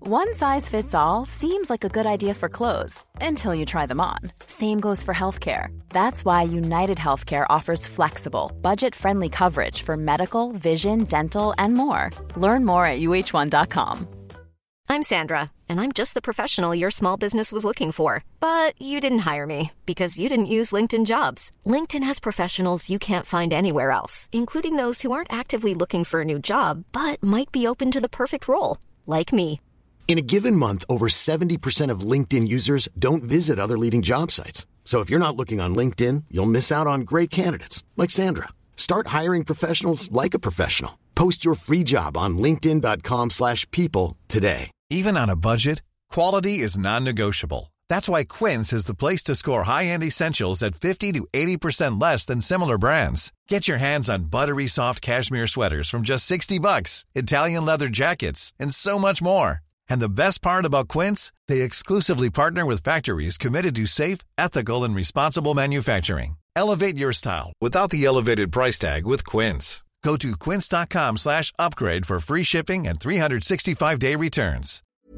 One size fits all seems like a good idea for clothes until you try them on. Same goes for healthcare. That's why United Healthcare offers flexible, budget-friendly coverage for medical, vision, dental, and more. Learn more at uh1.com. I'm Sandra, and I'm just the professional your small business was looking for. But you didn't hire me because you didn't use LinkedIn Jobs. LinkedIn has professionals you can't find anywhere else, including those who aren't actively looking for a new job, but might be open to the perfect role, like me. In a given month, over 70% of LinkedIn users don't visit other leading job sites. So if you're not looking on LinkedIn, you'll miss out on great candidates like Sandra. Start hiring professionals like a professional. Post your free job on linkedin.com/people today. Even on a budget, quality is non-negotiable. That's why Quince is the place to score high-end essentials at 50 to 80% less than similar brands. Get your hands on buttery soft cashmere sweaters from just $60, Italian leather jackets, and so much more. And the best part about Quince, they exclusively partner with factories committed to safe, ethical, and responsible manufacturing. Elevate your style without the elevated price tag with Quince. Go to quince.com/upgrade for free shipping and 365-day returns.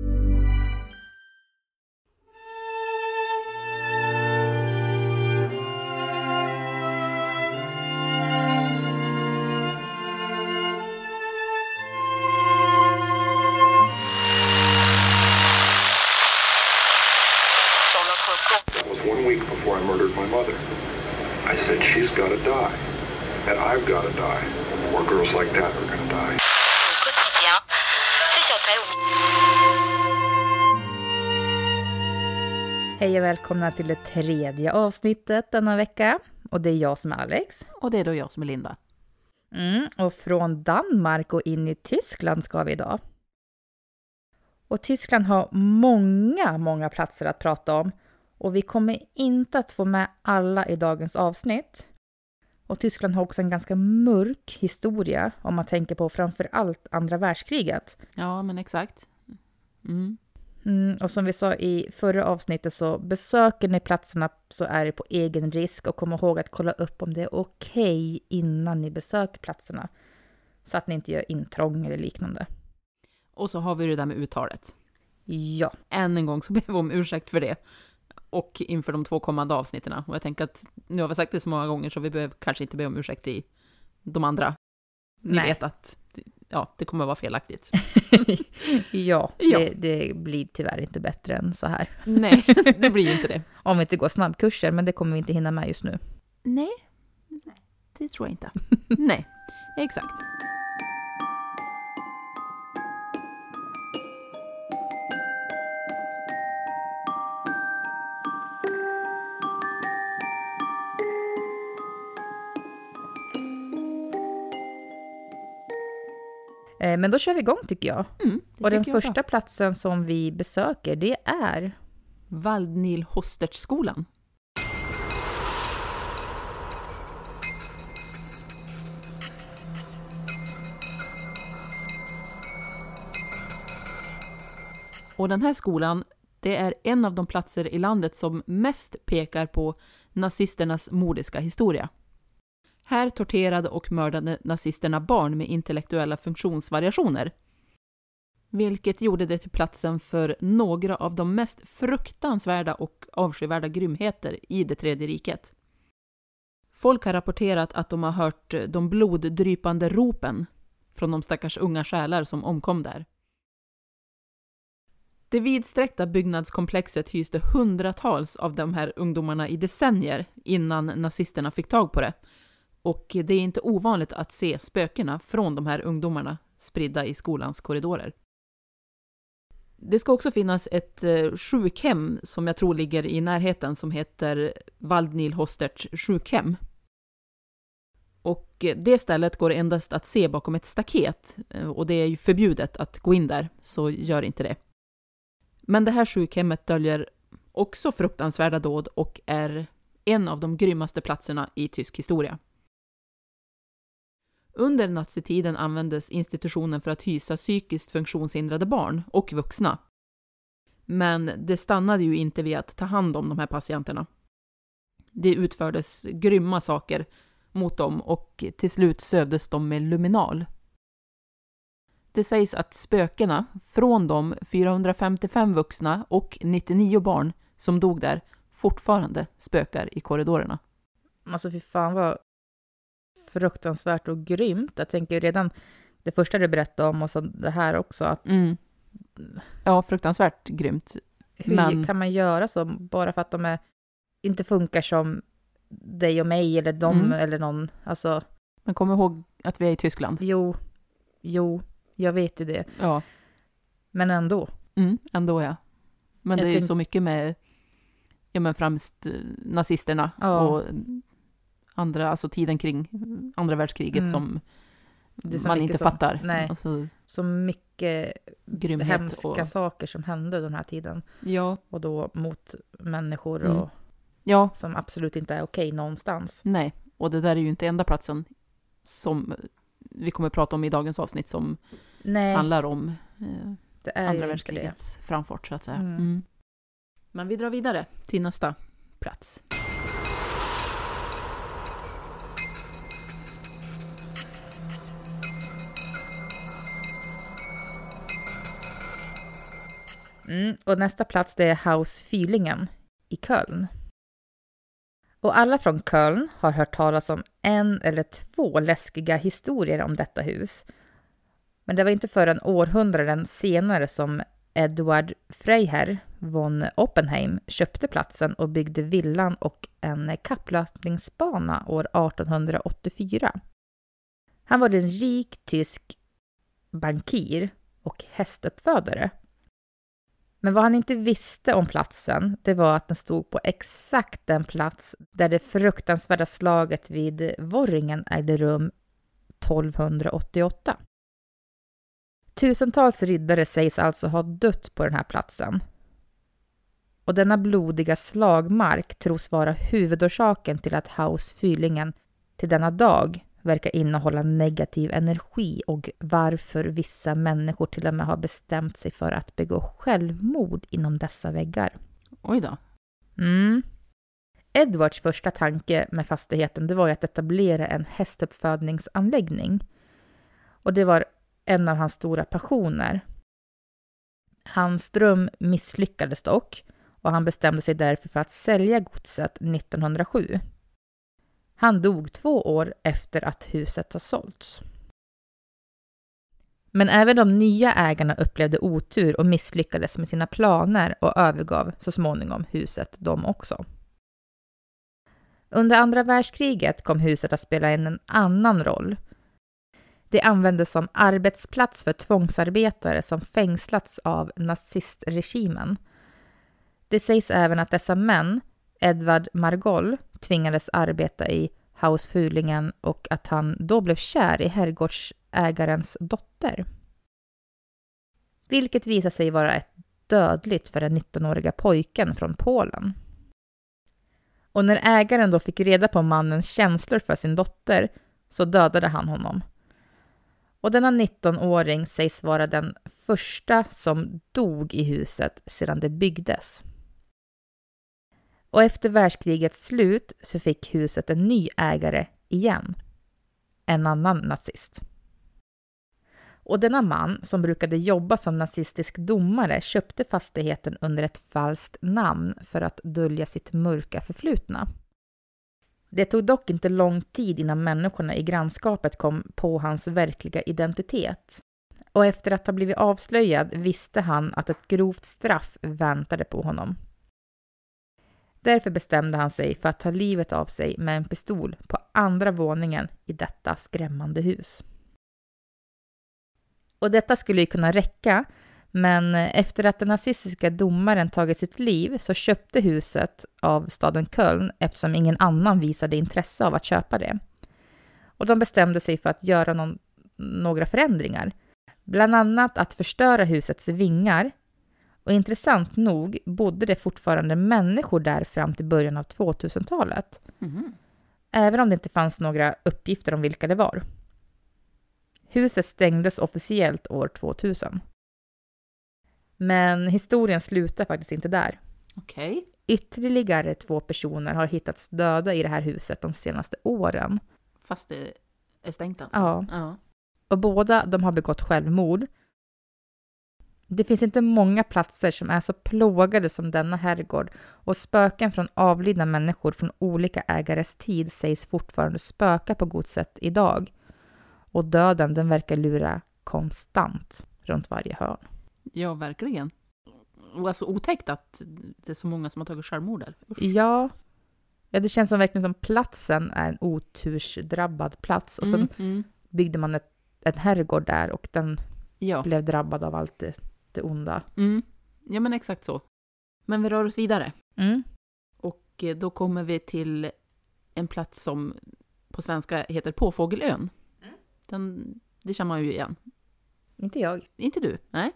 That was 1 week before I murdered my mother. I said, she's got to die. And I've got to die. More girls like that are going to die. Quotidien, c'est sur Taoumi. Hej och välkomna till det 3:e avsnittet denna vecka. Och det är jag som är Alex. Och det är då jag som är Linda. Och från Danmark och in i Tyskland ska vi idag. Och Tyskland har många platser att prata om. Och vi kommer inte att få med alla i dagens avsnitt. Och Tyskland har också en ganska mörk historia om man tänker på framför allt andra världskriget. Ja, men exakt. Och som vi sa i förra avsnittet, så besöker ni platserna så är det på egen risk. Och kom ihåg att kolla upp om det är okej innan ni besöker platserna. Så att ni inte gör intrång eller liknande. Och så har vi det där med uttalet. Ja. Än en gång så ber vi om ursäkt för det. Och inför de 2 kommande avsnitten. Och jag tänker att nu har vi sagt det så många gånger så vi behöver kanske inte be om ursäkt i de andra. Ni vet att det kommer att vara felaktigt. ja. Det blir tyvärr inte bättre än så här. Nej, det blir inte det. Om vi inte går snabbkurser, men det kommer vi inte hinna med just nu. Nej, det tror jag inte. Nej, exakt. Men då kör vi igång tycker jag. Och den första platsen som vi besöker, det är Waldnil-Hostertskolan. Och den här skolan, det är en av de platser i landet som mest pekar på nazisternas mordiska historia. Här torterade och mördade nazisterna barn med intellektuella funktionsvariationer. Vilket gjorde det till platsen för några av de mest fruktansvärda och avskyvärda grymheter i det tredje riket. Folk har rapporterat att de har hört de bloddrypande ropen från de stackars unga själar som omkom där. Det vidsträckta byggnadskomplexet hyste hundratals av de här ungdomarna i decennier innan nazisterna fick tag på det. Och det är inte ovanligt att se spökena från de här ungdomarna spridda i skolans korridorer. Det ska också finnas ett sjukhem som jag tror ligger i närheten som heter Waldnil-Hostert sjukhem. Och det stället går endast att se bakom ett staket och det är ju förbjudet att gå in där, så gör inte det. Men det här sjukhemmet döljer också fruktansvärda dåd och är en av de grymmaste platserna i tysk historia. Under nazitiden användes institutionen för att hysa psykiskt funktionshindrade barn och vuxna. Men det stannade ju inte vid att ta hand om de här patienterna. Det utfördes grymma saker mot dem och till slut sövdes de med luminal. Det sägs att spökena från de 455 vuxna och 99 barn som dog där fortfarande spökar i korridorerna. Alltså fy fan vad fruktansvärt och grymt. Jag tänker redan det första du berättade om och så det här också. Att Ja, fruktansvärt grymt. hur kan man göra så bara för att de inte funkar som dig och mig eller dem eller någon. Alltså, men kom ihåg att vi är i Tyskland. Jo, jag vet ju det. Ja. Men ändå. Ändå ja. Men det är ju så mycket med främst nazisterna och andra, alltså tiden kring andra världskriget som man inte fattar. Nej, alltså, så mycket grymhet hemska saker som hände den här tiden. Ja. Och då mot människor och som absolut inte är okej någonstans. Nej, och det där är ju inte enda platsen som vi kommer att prata om i dagens avsnitt som handlar om det är andra världskrigets framfart så att säga. Men vi drar vidare till nästa plats. Och nästa plats det är Haus Fühlingen i Köln. Och alla från Köln har hört talas om en eller två läskiga historier om detta hus. Men det var inte förrän århundraden senare som Eduard Freiherr von Oppenheim köpte platsen och byggde villan och en kapplöpningsbana år 1884. Han var en rik tysk bankir och hästuppfödare. Men vad han inte visste om platsen, det var att den stod på exakt den plats där det fruktansvärda slaget vid Worringen ägde rum 1288. Tusentals riddare sägs alltså ha dött på den här platsen. Och denna blodiga slagmark tros vara huvudorsaken till att Haus Fühlingen till denna dag verkar innehålla negativ energi och varför vissa människor till och med har bestämt sig för att begå självmord inom dessa väggar. Oj då. Edwards första tanke med fastigheten det var att etablera en hästuppfödningsanläggning. Och det var en av hans stora passioner. Hans dröm misslyckades dock och han bestämde sig därför för att sälja godset 1907. Han dog 2 år efter att huset har sålts. Men även de nya ägarna upplevde otur och misslyckades med sina planer och övergav så småningom huset de också. Under andra världskriget kom huset att spela en annan roll. Det användes som arbetsplats för tvångsarbetare som fängslats av nazistregimen. Det sägs även att dessa män, Edvard Margol, tvingades arbeta i Haus Fühlingen och att han då blev kär i herrgårdsägarens dotter. Vilket visar sig vara ett dödligt för den 19-åriga pojken från Polen. Och när ägaren då fick reda på mannens känslor för sin dotter så dödade han honom. Och denna 19-åring sägs vara den första som dog i huset sedan det byggdes. Och efter världskrigets slut så fick huset en ny ägare igen. En annan nazist. Och denna man som brukade jobba som nazistisk domare köpte fastigheten under ett falskt namn för att dölja sitt mörka förflutna. Det tog dock inte lång tid innan människorna i grannskapet kom på hans verkliga identitet. Och efter att ha blivit avslöjad visste han att ett grovt straff väntade på honom. Därför bestämde han sig för att ta livet av sig med en pistol på andra våningen i detta skrämmande hus. Och detta skulle ju kunna räcka, men efter att den nazistiska domaren tagit sitt liv så köpte huset av staden Köln eftersom ingen annan visade intresse av att köpa det. Och de bestämde sig för att göra några förändringar. Bland annat att förstöra husets vingar. Och intressant nog bodde det fortfarande människor där fram till början av 2000-talet. Även om det inte fanns några uppgifter om vilka det var. Huset stängdes officiellt år 2000. Men historien slutar faktiskt inte där. Okej. Ytterligare 2 personer har hittats döda i det här huset de senaste åren. Fast det är stängt alltså? Ja. Och båda de har begått självmord. Det finns inte många platser som är så plågade som denna herrgård, och spöken från avlidna människor från olika ägares tid sägs fortfarande spöka på godset idag. Och döden, den verkar lura konstant runt varje hörn. Ja, verkligen. Och alltså otäckt att det är så många som har tagit självmord där. Ja, det känns som verkligen som platsen är en otursdrabbad plats. Och så byggde man en herrgård där och den blev drabbad av allt det onda. Ja, men exakt så. Men vi rör oss vidare. Och då kommer vi till en plats som på svenska heter Påfågelön. Det känner man ju igen. Inte jag. Inte du? Nej.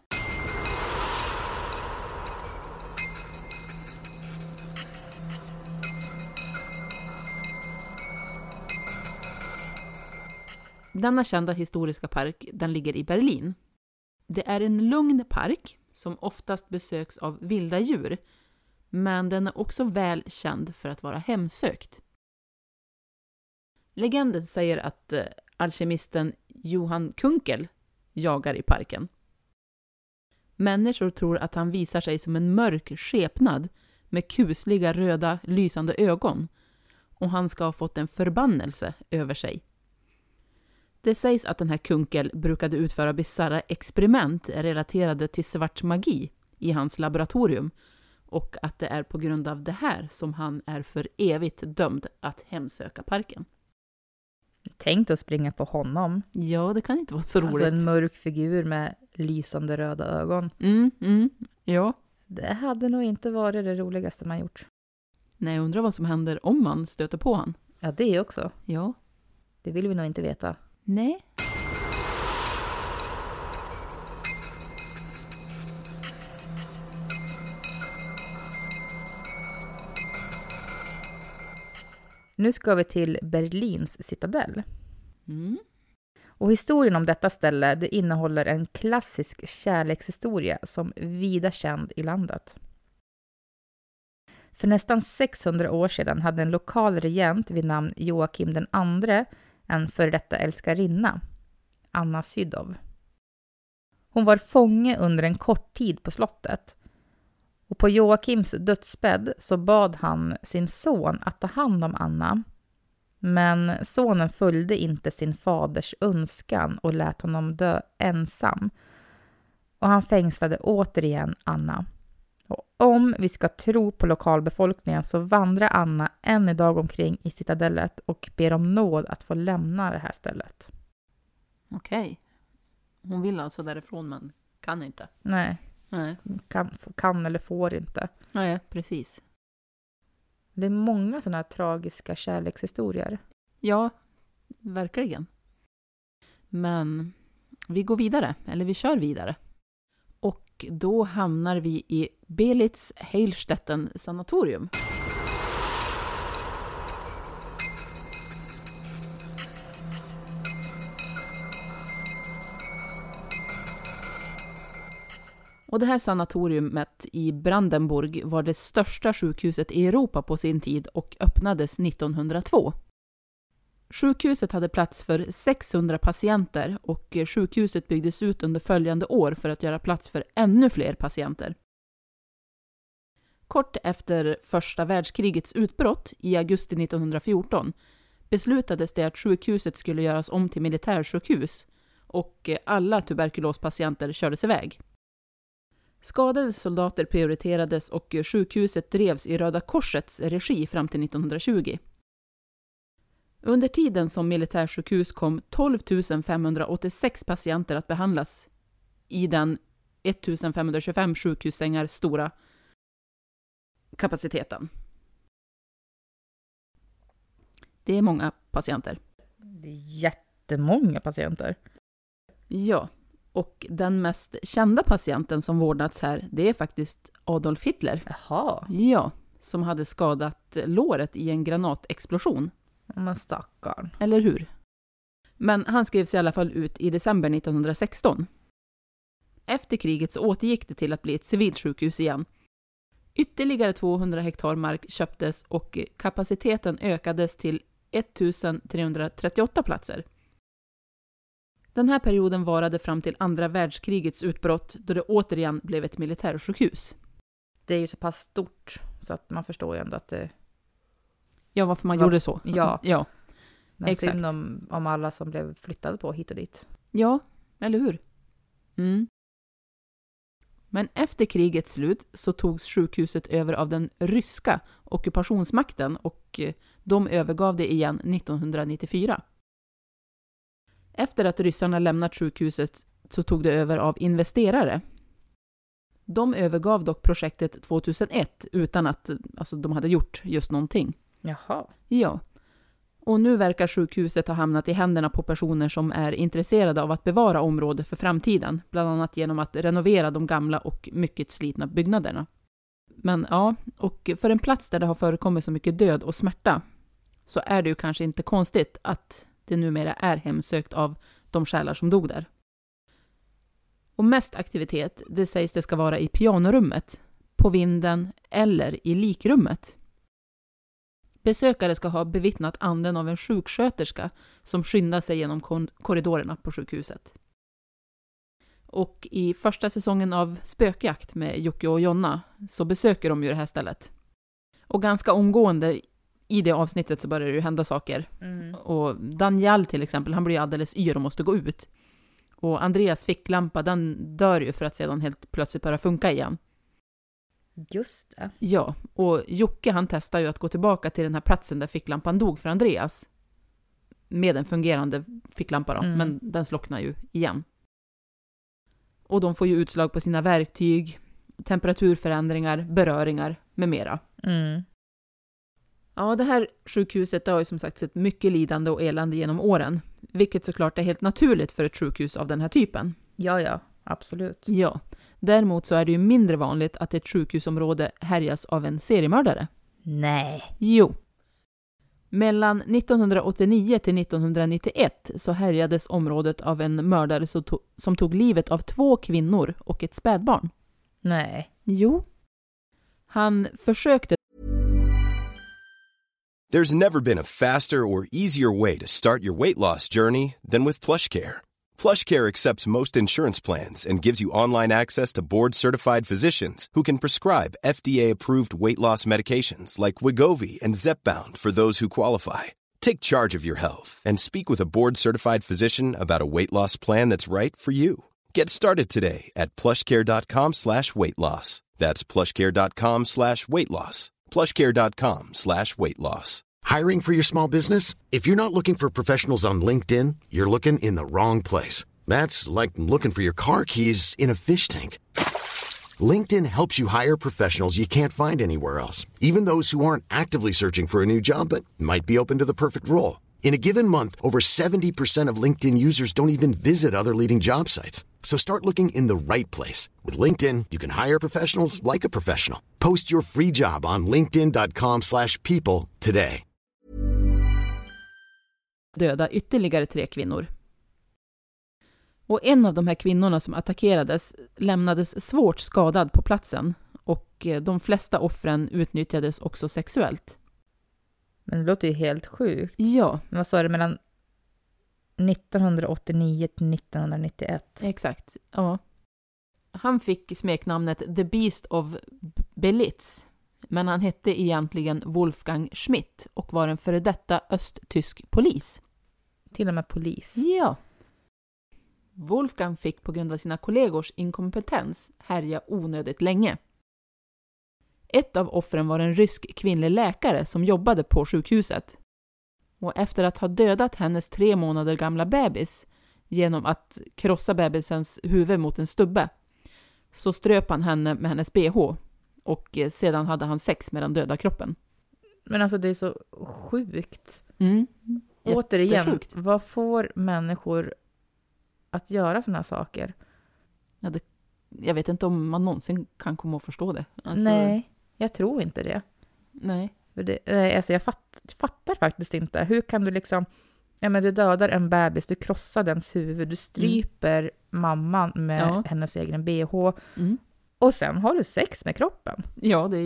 Denna kända historiska park, den ligger i Berlin. Det är en lugn park som oftast besöks av vilda djur, men den är också väl känd för att vara hemsökt. Legenden säger att alkemisten Johann Kunkel jagar i parken. Människor tror att han visar sig som en mörk skepnad med kusliga röda lysande ögon, och han ska ha fått en förbannelse över sig. Det sägs att den här Kunkel brukade utföra bizarra experiment relaterade till svart magi i hans laboratorium, och att det är på grund av det här som han är för evigt dömd att hemsöka parken. Tänk att springa på honom. Ja, det kan inte vara så roligt. Alltså en mörk figur med lysande röda ögon. Ja. Det hade nog inte varit det roligaste man gjort. Nej, jag undrar vad som händer om man stöter på han. Ja, det också. Ja. Det vill vi nog inte veta. Nej. Nu ska vi till Berlins citadell. Och historien om detta ställe, det innehåller en klassisk kärlekshistoria som vida känd i landet. För nästan 600 år sedan hade en lokal regent vid namn Joakim den andre en före detta älskarinna, Anna Sydow. Hon var fånge under en kort tid på slottet. Och på Joakims dödsbädd så bad han sin son att ta hand om Anna. Men sonen följde inte sin faders önskan och lät honom dö ensam. Och han fängslade återigen Anna. Och om vi ska tro på lokalbefolkningen så vandrar Anna än idag omkring i citadellet och ber om nåd att få lämna det här stället. Okej. Hon vill alltså därifrån men kan inte. Nej. Nej. Kan eller får inte. Nej, precis. Det är många sådana här tragiska kärlekshistorier. Ja, verkligen. Men vi går vidare, eller vi kör vidare. Och då hamnar vi i Belitz Heilstätten sanatorium. Och det här sanatoriumet i Brandenburg var det största sjukhuset i Europa på sin tid och öppnades 1902. Sjukhuset hade plats för 600 patienter och sjukhuset byggdes ut under följande år för att göra plats för ännu fler patienter. Kort efter första världskrigets utbrott i augusti 1914 beslutades det att sjukhuset skulle göras om till militärsjukhus och alla tuberkulospatienter kördes iväg. Skadade soldater prioriterades och sjukhuset drevs i Röda Korsets regi fram till 1920. Under tiden som militärsjukhus kom 12 586 patienter att behandlas i den 1525 sjukhussängar stora kapaciteten. Det är många patienter. Det är jättemånga patienter. Ja, och den mest kända patienten som vårdats här, det är faktiskt Adolf Hitler. Jaha. Ja, som hade skadat låret i en granatexplosion. Men stackarn. Eller hur? Men han skrevs i alla fall ut i december 1916. Efter kriget så återgick det till att bli ett civilt sjukhus igen. Ytterligare 200 hektar mark köptes och kapaciteten ökades till 1338 platser. Den här perioden varade fram till andra världskrigets utbrott då det återigen blev ett militärsjukhus. Det är ju så pass stort så att man förstår ju ändå att det... Ja, varför man gjorde så. Ja. Men exakt. synd om alla som blev flyttade på hit och dit. Ja, eller hur? Men efter krigets slut så togs sjukhuset över av den ryska ockupationsmakten och de övergav det igen 1994. Efter att ryssarna lämnat sjukhuset så tog det över av investerare. De övergav dock projektet 2001 utan att de hade gjort just någonting. Jaha. Ja. Och nu verkar sjukhuset ha hamnat i händerna på personer som är intresserade av att bevara området för framtiden. Bland annat genom att renovera de gamla och mycket slitna byggnaderna. Men ja, och för en plats där det har förekommit så mycket död och smärta så är det ju kanske inte konstigt att det numera är hemsökt av de själar som dog där. Och mest aktivitet, det sägs det ska vara i pianorummet, på vinden eller i likrummet. Besökare ska ha bevittnat anden av en sjuksköterska som skyndar sig genom korridorerna på sjukhuset. Och i första säsongen av Spökjakt med Jocke och Jonna så besöker de ju det här stället. Och ganska omgående i det avsnittet så börjar det ju hända saker. Och Daniel till exempel, han blir alldeles yr och måste gå ut. Och Andreas ficklampa, den dör ju för att sedan helt plötsligt börja funka igen. Just det. Ja, och Jocke han testar ju att gå tillbaka till den här platsen där ficklampan dog för Andreas. Med en fungerande ficklampa då, men den slocknar ju igen. Och de får ju utslag på sina verktyg, temperaturförändringar, beröringar med mera. Ja, det här sjukhuset har ju som sagt sett mycket lidande och elände genom åren. Vilket såklart är helt naturligt för ett sjukhus av den här typen. Ja, absolut. Ja, däremot så är det ju mindre vanligt att ett sjukhusområde härjas av en seriemördare. Nej. Jo. Mellan 1989 till 1991 så härjades området av en mördare som tog livet av 2 kvinnor och ett spädbarn. Nej. Jo. Han försökte. There's never been a faster or easier way to start your weight loss journey than with PlushCare. PlushCare accepts most insurance plans and gives you online access to board-certified physicians who can prescribe FDA-approved weight loss medications like Wegovy and Zepbound for those who qualify. Take charge of your health and speak with a board-certified physician about a weight loss plan that's right for you. Get started today at plushcare.com/weightloss. That's plushcare.com/weightloss. plushcare.com/weightloss. Hiring for your small business? If you're not looking for professionals on LinkedIn, you're looking in the wrong place. That's like looking for your car keys in a fish tank. LinkedIn helps you hire professionals you can't find anywhere else, even those who aren't actively searching for a new job but might be open to the perfect role. In a given month, over 70% of LinkedIn users don't even visit other leading job sites. So start looking in the right place. With LinkedIn, you can hire professionals like a professional. Post your free job on linkedin.com/people today. Döda ytterligare 3 kvinnor. Och en av de här kvinnorna som attackerades lämnades svårt skadad på platsen och de flesta offren utnyttjades också sexuellt. Men det låter ju helt sjukt. Ja. Men vad sa du, mellan 1989 till 1991? Exakt, ja. Han fick smeknamnet The Beast of Belitz, men han hette egentligen Wolfgang Schmidt och var en före detta östtysk polis. Till och med polis? Ja. Wolfgang fick på grund av sina kollegors inkompetens härja onödigt länge. Ett av offren var en rysk kvinnlig läkare som jobbade på sjukhuset. Och efter att ha dödat hennes 3 månader gamla bebis genom att krossa bebisens huvud mot en stubbe så ströp han henne med hennes BH och sedan hade han sex med den döda kroppen. Men alltså det är så sjukt. Återigen, jättesjukt. Vad får människor att göra såna här saker? Ja, jag vet inte om man någonsin kan komma och förstå det. Alltså, nej, jag tror inte det. Nej. För alltså jag fattar faktiskt inte. Hur kan du liksom... Ja, men du dödar en bebis, du krossar dens huvud, du stryper mamman med hennes egen BH. Och sen har du sex med kroppen. Ja, det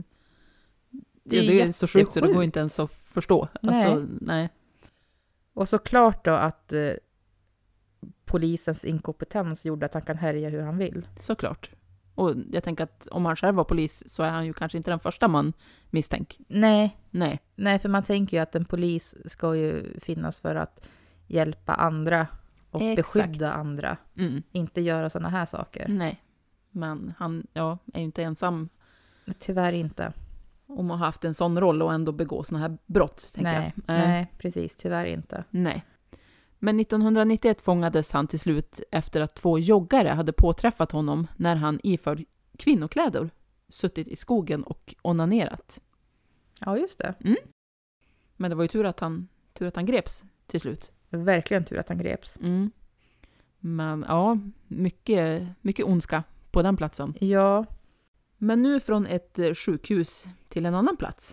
är så sjukt så det går inte ens att förstå. Nej. Alltså, nej. Och såklart då att polisens inkompetens gjorde att han kan härja hur han vill. Såklart. Och jag tänker att om han själv var polis så är han ju kanske inte den första man misstänker. Nej, för man tänker ju att en polis ska ju finnas för att hjälpa andra och beskydda andra. Inte göra sådana här saker. Nej, men han är ju inte ensam. Tyvärr inte. Om att ha haft en sån roll och ändå begå såna här brott, tänker jag. Nej, precis. Tyvärr inte. Nej. Men 1991 fångades han till slut efter att 2 joggare hade påträffat honom när han iförd kvinnokläder suttit i skogen och onanerat. Ja, just det. Men det var ju tur att han greps till slut. Verkligen tur att han greps. Men ja, mycket ondska på den platsen. Ja. Men nu från ett sjukhus till en annan plats.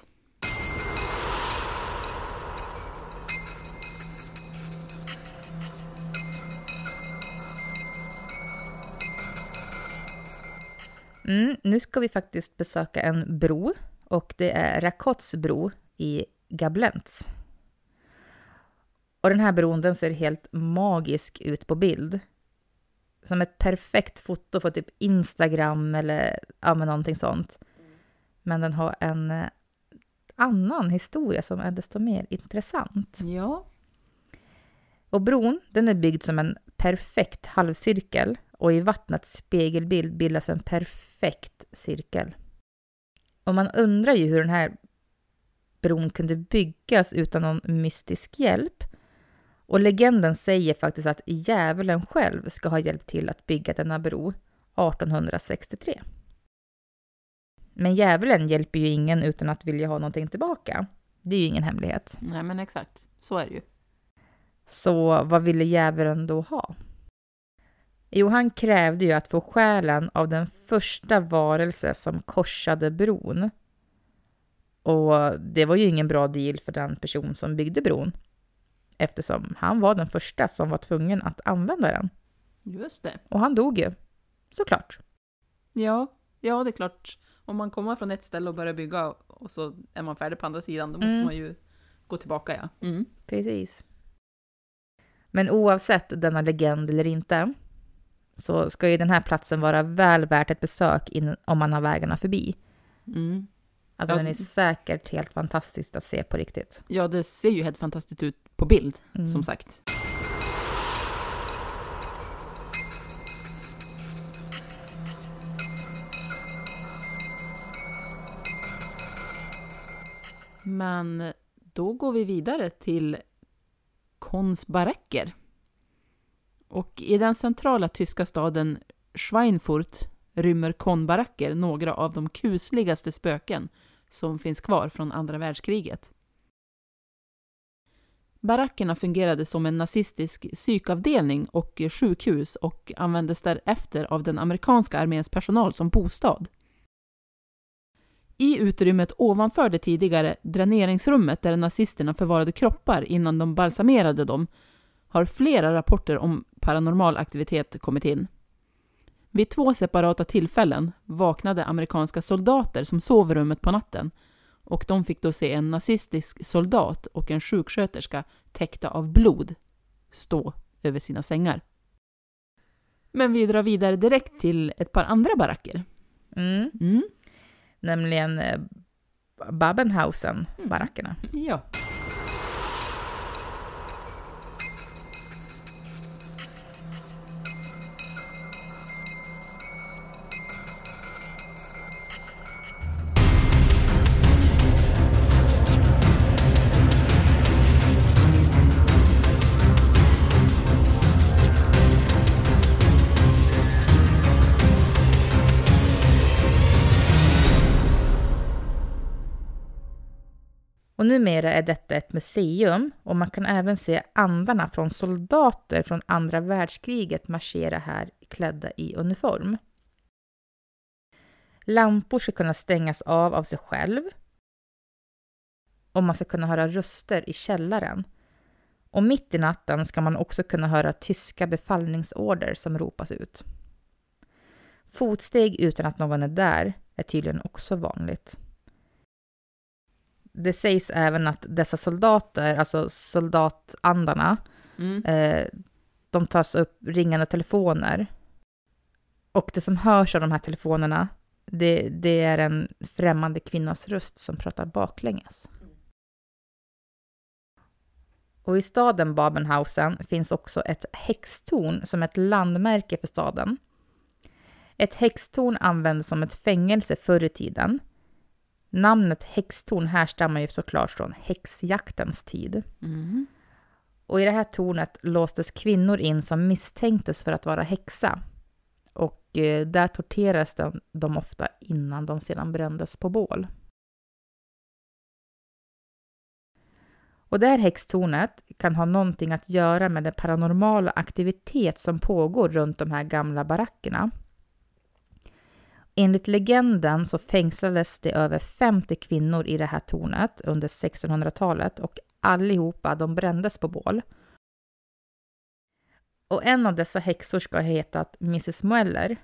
Nu ska vi faktiskt besöka en bro och det är Rakots bro i Gablentz. Och den här bron, den ser helt magisk ut på bild. Som ett perfekt foto för typ Instagram eller någonting sånt. Men den har en annan historia som är desto mer intressant. Ja. Och bron, den är byggd som en perfekt halvcirkel. Och i vattnets spegelbild bildas en perfekt cirkel. Och man undrar ju hur den här bron kunde byggas utan någon mystisk hjälp. Och legenden säger faktiskt att djävulen själv ska ha hjälpt till att bygga denna bro 1863. Men djävulen hjälper ju ingen utan att vilja ha någonting tillbaka. Det är ju ingen hemlighet. Nej, men exakt. Så är det ju. Så vad ville djävulen då ha? Jo, han krävde ju att få själen av den första varelse som korsade bron. Och det var ju ingen bra deal för den person som byggde bron. Eftersom han var den första som var tvungen att använda den. Just det. Och han dog ju. Såklart. Ja, det är klart. Om man kommer från ett ställe och börjar bygga och så är man färdig på andra sidan, då måste man ju gå tillbaka, ja. Precis. Men oavsett denna legend eller inte, så ska ju den här platsen vara väl värt ett besök om man har vägarna förbi. Alltså den är säkert helt fantastiskt att se på riktigt. Ja, det ser ju helt fantastiskt ut på bild, som sagt. Men då går vi vidare till Konstbaracker. Och i den centrala tyska staden Schweinfurt rymmer konbaracker några av de kusligaste spöken som finns kvar från andra världskriget. Barackerna fungerade som en nazistisk psykavdelning och sjukhus och användes därefter av den amerikanska arméns personal som bostad. I utrymmet ovanför det tidigare dräneringsrummet där nazisterna förvarade kroppar innan de balsamerade dem har flera rapporter om paranormal aktivitet kommit in. Vid 2 separata tillfällen vaknade amerikanska soldater som sov i rummet på natten och de fick då se en nazistisk soldat och en sjuksköterska täckta av blod stå över sina sängar. Men vi drar vidare direkt till ett par andra baracker. Nämligen Babenhausen-barackerna. Ja. Och numera är detta ett museum och man kan även se andarna från soldater från andra världskriget marschera här klädda i uniform. Lampor ska kunna stängas av sig själv och man ska kunna höra röster i källaren. Och mitt i natten ska man också kunna höra tyska befallningsorder som ropas ut. Fotsteg utan att någon är där är tydligen också vanligt. Det sägs även att dessa soldater, alltså soldatandarna, de de tas upp ringande telefoner. Och det som hörs av de här telefonerna, det är en främmande kvinnas röst som pratar baklänges. Och i staden Babenhausen finns också ett häxtorn som ett landmärke för staden. Ett häxtorn användes som ett fängelse förr i tiden. Namnet häxtorn härstammar ju såklart från häxjaktens tid. Mm. Och i det här tornet låstes kvinnor in som misstänktes för att vara häxa. Och där torterades de ofta innan de sedan brändes på bål. Och det här häxtornet kan ha någonting att göra med den paranormala aktivitet som pågår runt de här gamla barackerna. Enligt legenden så fängslades det över 50 kvinnor i det här tornet under 1600-talet och allihopa de brändes på bål. Och en av dessa häxor ska ha hetat Mrs. Mueller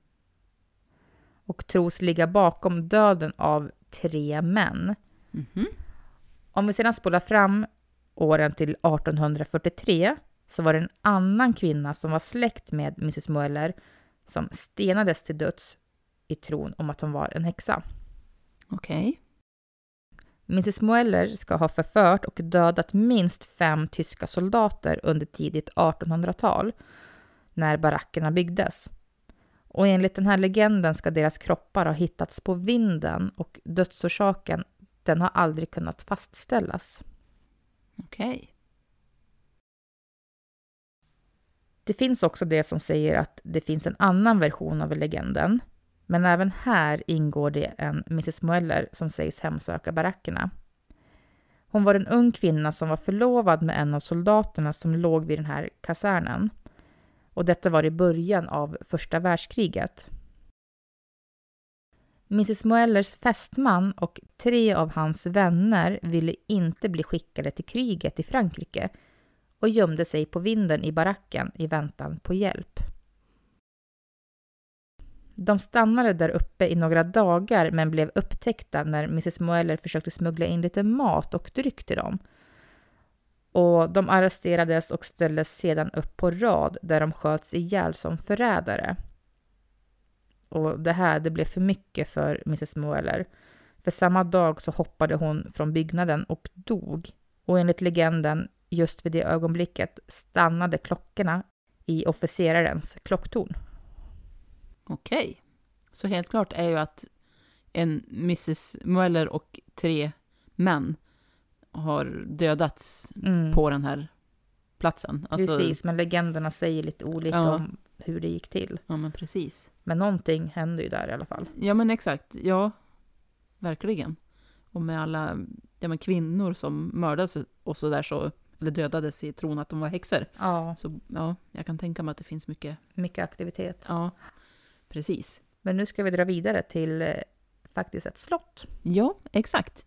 och tros ligga bakom döden av 3 män. Mm-hmm. Om vi sedan spolar fram åren till 1843 så var det en annan kvinna som var släkt med Mrs. Mueller som stenades till döds i tron om att hon var en häxa. Okej. Mrs. Mueller ska ha förfört och dödat minst 5 tyska soldater under tidigt 1800-tal när barackerna byggdes. Och enligt den här legenden ska deras kroppar ha hittats på vinden och dödsorsaken den har aldrig kunnat fastställas. Okej. Det finns också det som säger att det finns en annan version av legenden. Men även här ingår det en Mrs. Mueller som sägs hemsöka barackerna. Hon var en ung kvinna som var förlovad med en av soldaterna som låg vid den här kasernen. Och detta var i början av första världskriget. Mrs. Muellers fästman och 3 av hans vänner ville inte bli skickade till kriget i Frankrike och gömde sig på vinden i baracken i väntan på hjälp. De stannade där uppe i några dagar men blev upptäckta när Mrs. Mueller försökte smuggla in lite mat och dryck till dem. Och de arresterades och ställdes sedan upp på rad där de sköts ihjäl som förrädare. Och det blev för mycket för Mrs. Mueller. För samma dag så hoppade hon från byggnaden och dog. Och enligt legenden, just vid det ögonblicket stannade klockorna i officerarens klocktorn. Okej. Så helt klart är ju att en Mrs. Mueller och 3 män har dödats på den här platsen. Alltså, precis, men legenderna säger lite olika om hur det gick till. Ja, men precis. Men någonting hände ju där i alla fall. Ja, men exakt. Ja, verkligen. Och med alla kvinnor som mördades och så där eller dödades i tron att de var häxor. Ja. Så ja, jag kan tänka mig att det finns mycket aktivitet. Ja, precis. Men nu ska vi dra vidare till faktiskt ett slott. Ja, exakt.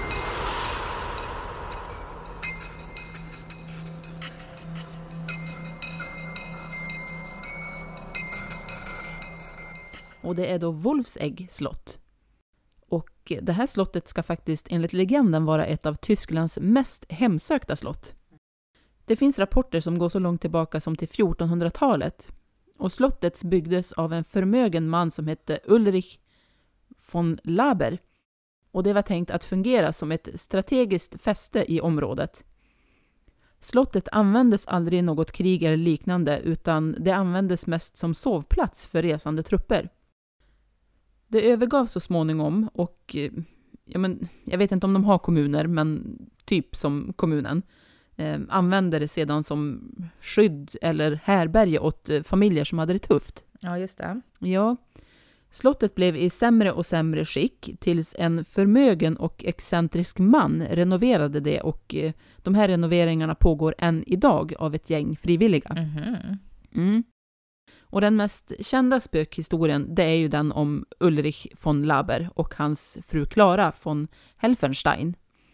Och det är då Wolfsegg slott. Och det här slottet ska faktiskt enligt legenden vara ett av Tysklands mest hemsökta slott. Det finns rapporter som går så långt tillbaka som till 1400-talet. Och slottet byggdes av en förmögen man som hette Ulrich von Laber. Och det var tänkt att fungera som ett strategiskt fäste i området. Slottet användes aldrig i något krig eller liknande utan det användes mest som sovplats för resande trupper. Det övergavs så småningom och jag vet inte om de har kommuner men typ som kommunen använder det sedan som skydd eller härberge åt familjer som hade det tufft. Ja, just det. Ja. Slottet blev i sämre och sämre skick tills en förmögen och excentrisk man renoverade det och de här renoveringarna pågår än idag av ett gäng frivilliga. Mm-hmm. Mm. Och den mest kända spökhistorien det är ju den om Ulrich von Laber och hans fru Clara von Helfenstein.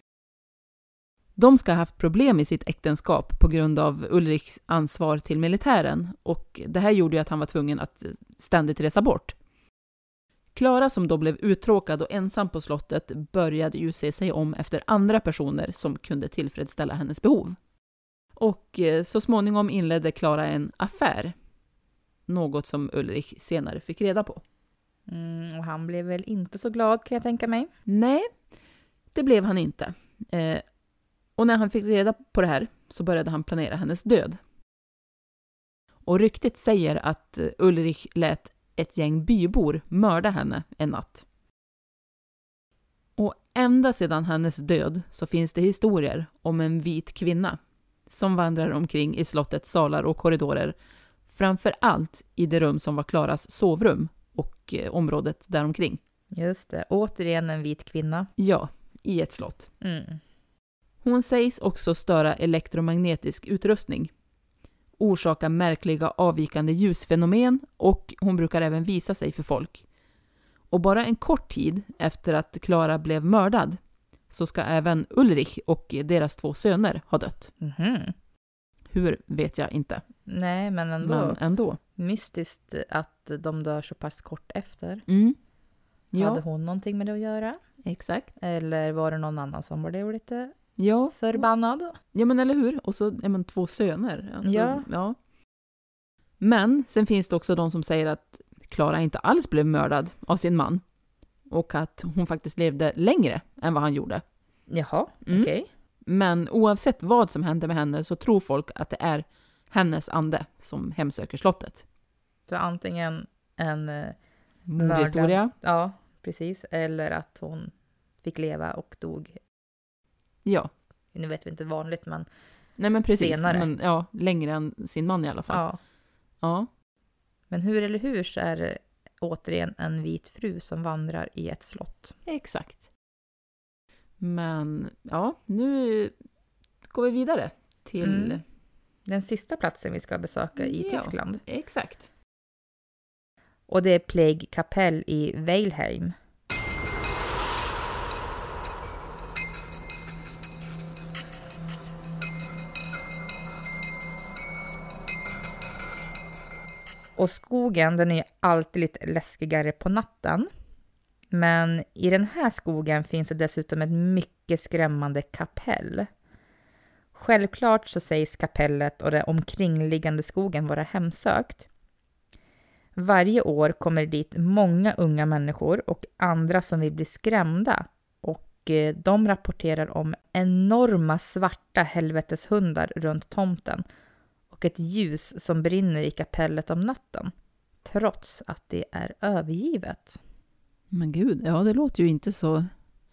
De ska ha haft problem i sitt äktenskap på grund av Ulrichs ansvar till militären och det här gjorde ju att han var tvungen att ständigt resa bort. Clara som då blev uttråkad och ensam på slottet började ju se sig om efter andra personer som kunde tillfredsställa hennes behov. Och så småningom inledde Klara en affär. Något som Ulrich senare fick reda på. Och han blev väl inte så glad, kan jag tänka mig. Nej, det blev han inte. Och när han fick reda på det här så började han planera hennes död. Och ryktet säger att Ulrich lät ett gäng bybor mörda henne en natt. Och ända sedan hennes död så finns det historier om en vit kvinna som vandrar omkring i slottets salar och korridorer, framför allt i det rum som var Klaras sovrum och området däromkring. Just det, återigen en vit kvinna. Ja, i ett slott. Hon sägs också störa elektromagnetisk utrustning, orsaka märkliga avvikande ljusfenomen och hon brukar även visa sig för folk. Och bara en kort tid efter att Klara blev mördad så ska även Ulrich och deras 2 söner ha dött. Hur vet jag inte. Nej, men ändå. Mystiskt att de dör så pass kort efter. Ja. Hade hon någonting med det att göra? Exakt. Eller var det någon annan som blev lite ja. förbannad? Ja, men eller hur? Och så 2 söner. Alltså, ja. Men sen finns det också de som säger att Klara inte alls blev mördad av sin man. Och att hon faktiskt levde längre än vad han gjorde. Jaha, okej. Men oavsett vad som hände med henne så tror folk att det är hennes ande som hemsöker slottet. Så antingen en mordhistoria. Ja, precis. Eller att hon fick leva och dog. Ja. Nu vet vi inte vanligt, men nej, men precis. senare. Men, ja, längre än sin man i alla fall. Ja. Men hur eller hur så är det återigen en vit fru som vandrar i ett slott. Exakt. Men ja, nu går vi vidare till den sista platsen vi ska besöka i Tyskland. Exakt. Och det är Plague kapell i Weilheim. Och skogen, den är ju alltid lite läskigare på natten. Men i den här skogen finns det dessutom ett mycket skrämmande kapell. Självklart så sägs kapellet och det omkringliggande skogen vara hemsökt. Varje år kommer dit många unga människor och andra som vill bli skrämda. Och de rapporterar om enorma svarta helveteshundar runt tomten. Och ett ljus som brinner i kapellet om natten. Trots att det är övergivet. Men gud, ja det låter ju inte så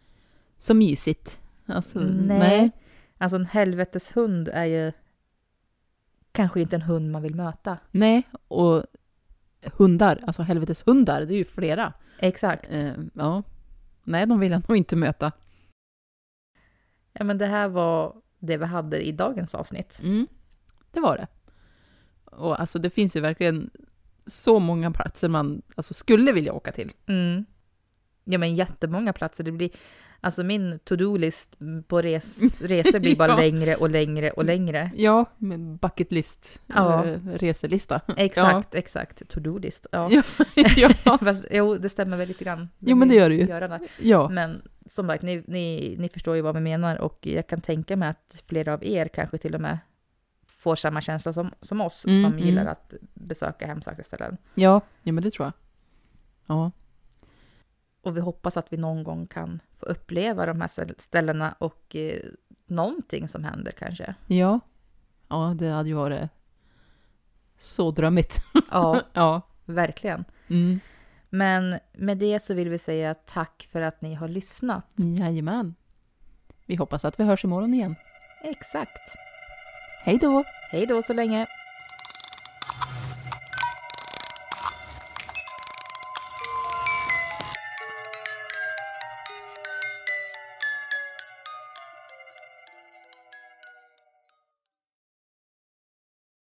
mysigt. Alltså, nej. Alltså en helveteshund är ju kanske inte en hund man vill möta. Nej, och hundar, alltså helveteshundar, det är ju flera. Exakt. Ja. Nej, de vill jag nog inte möta. Ja, men det här var det vi hade i dagens avsnitt. Det var det. Och alltså det finns ju verkligen så många platser man alltså skulle vilja åka till. Ja, men jättemånga platser. Det blir, alltså min to-do-list på resor blir bara längre och längre och längre. Ja, med bucket list, reselista. Exakt. To-do-list. Ja. Fast, jo, det stämmer väl lite grann. Jo, men det gör det ju. Ja. Men som sagt, ni förstår ju vad vi menar och jag kan tänka mig att flera av er kanske till och med får samma känsla som oss som gillar att besöka hemsökta ställen. Ja, men det tror jag. Ja. Och vi hoppas att vi någon gång kan få uppleva de här ställena och någonting som händer kanske. Ja, det hade ju varit så drömmigt. Ja, verkligen. Men med det så vill vi säga tack för att ni har lyssnat. Jajamän. Vi hoppas att vi hörs imorgon igen. Exakt. Hej då! Hej då så länge!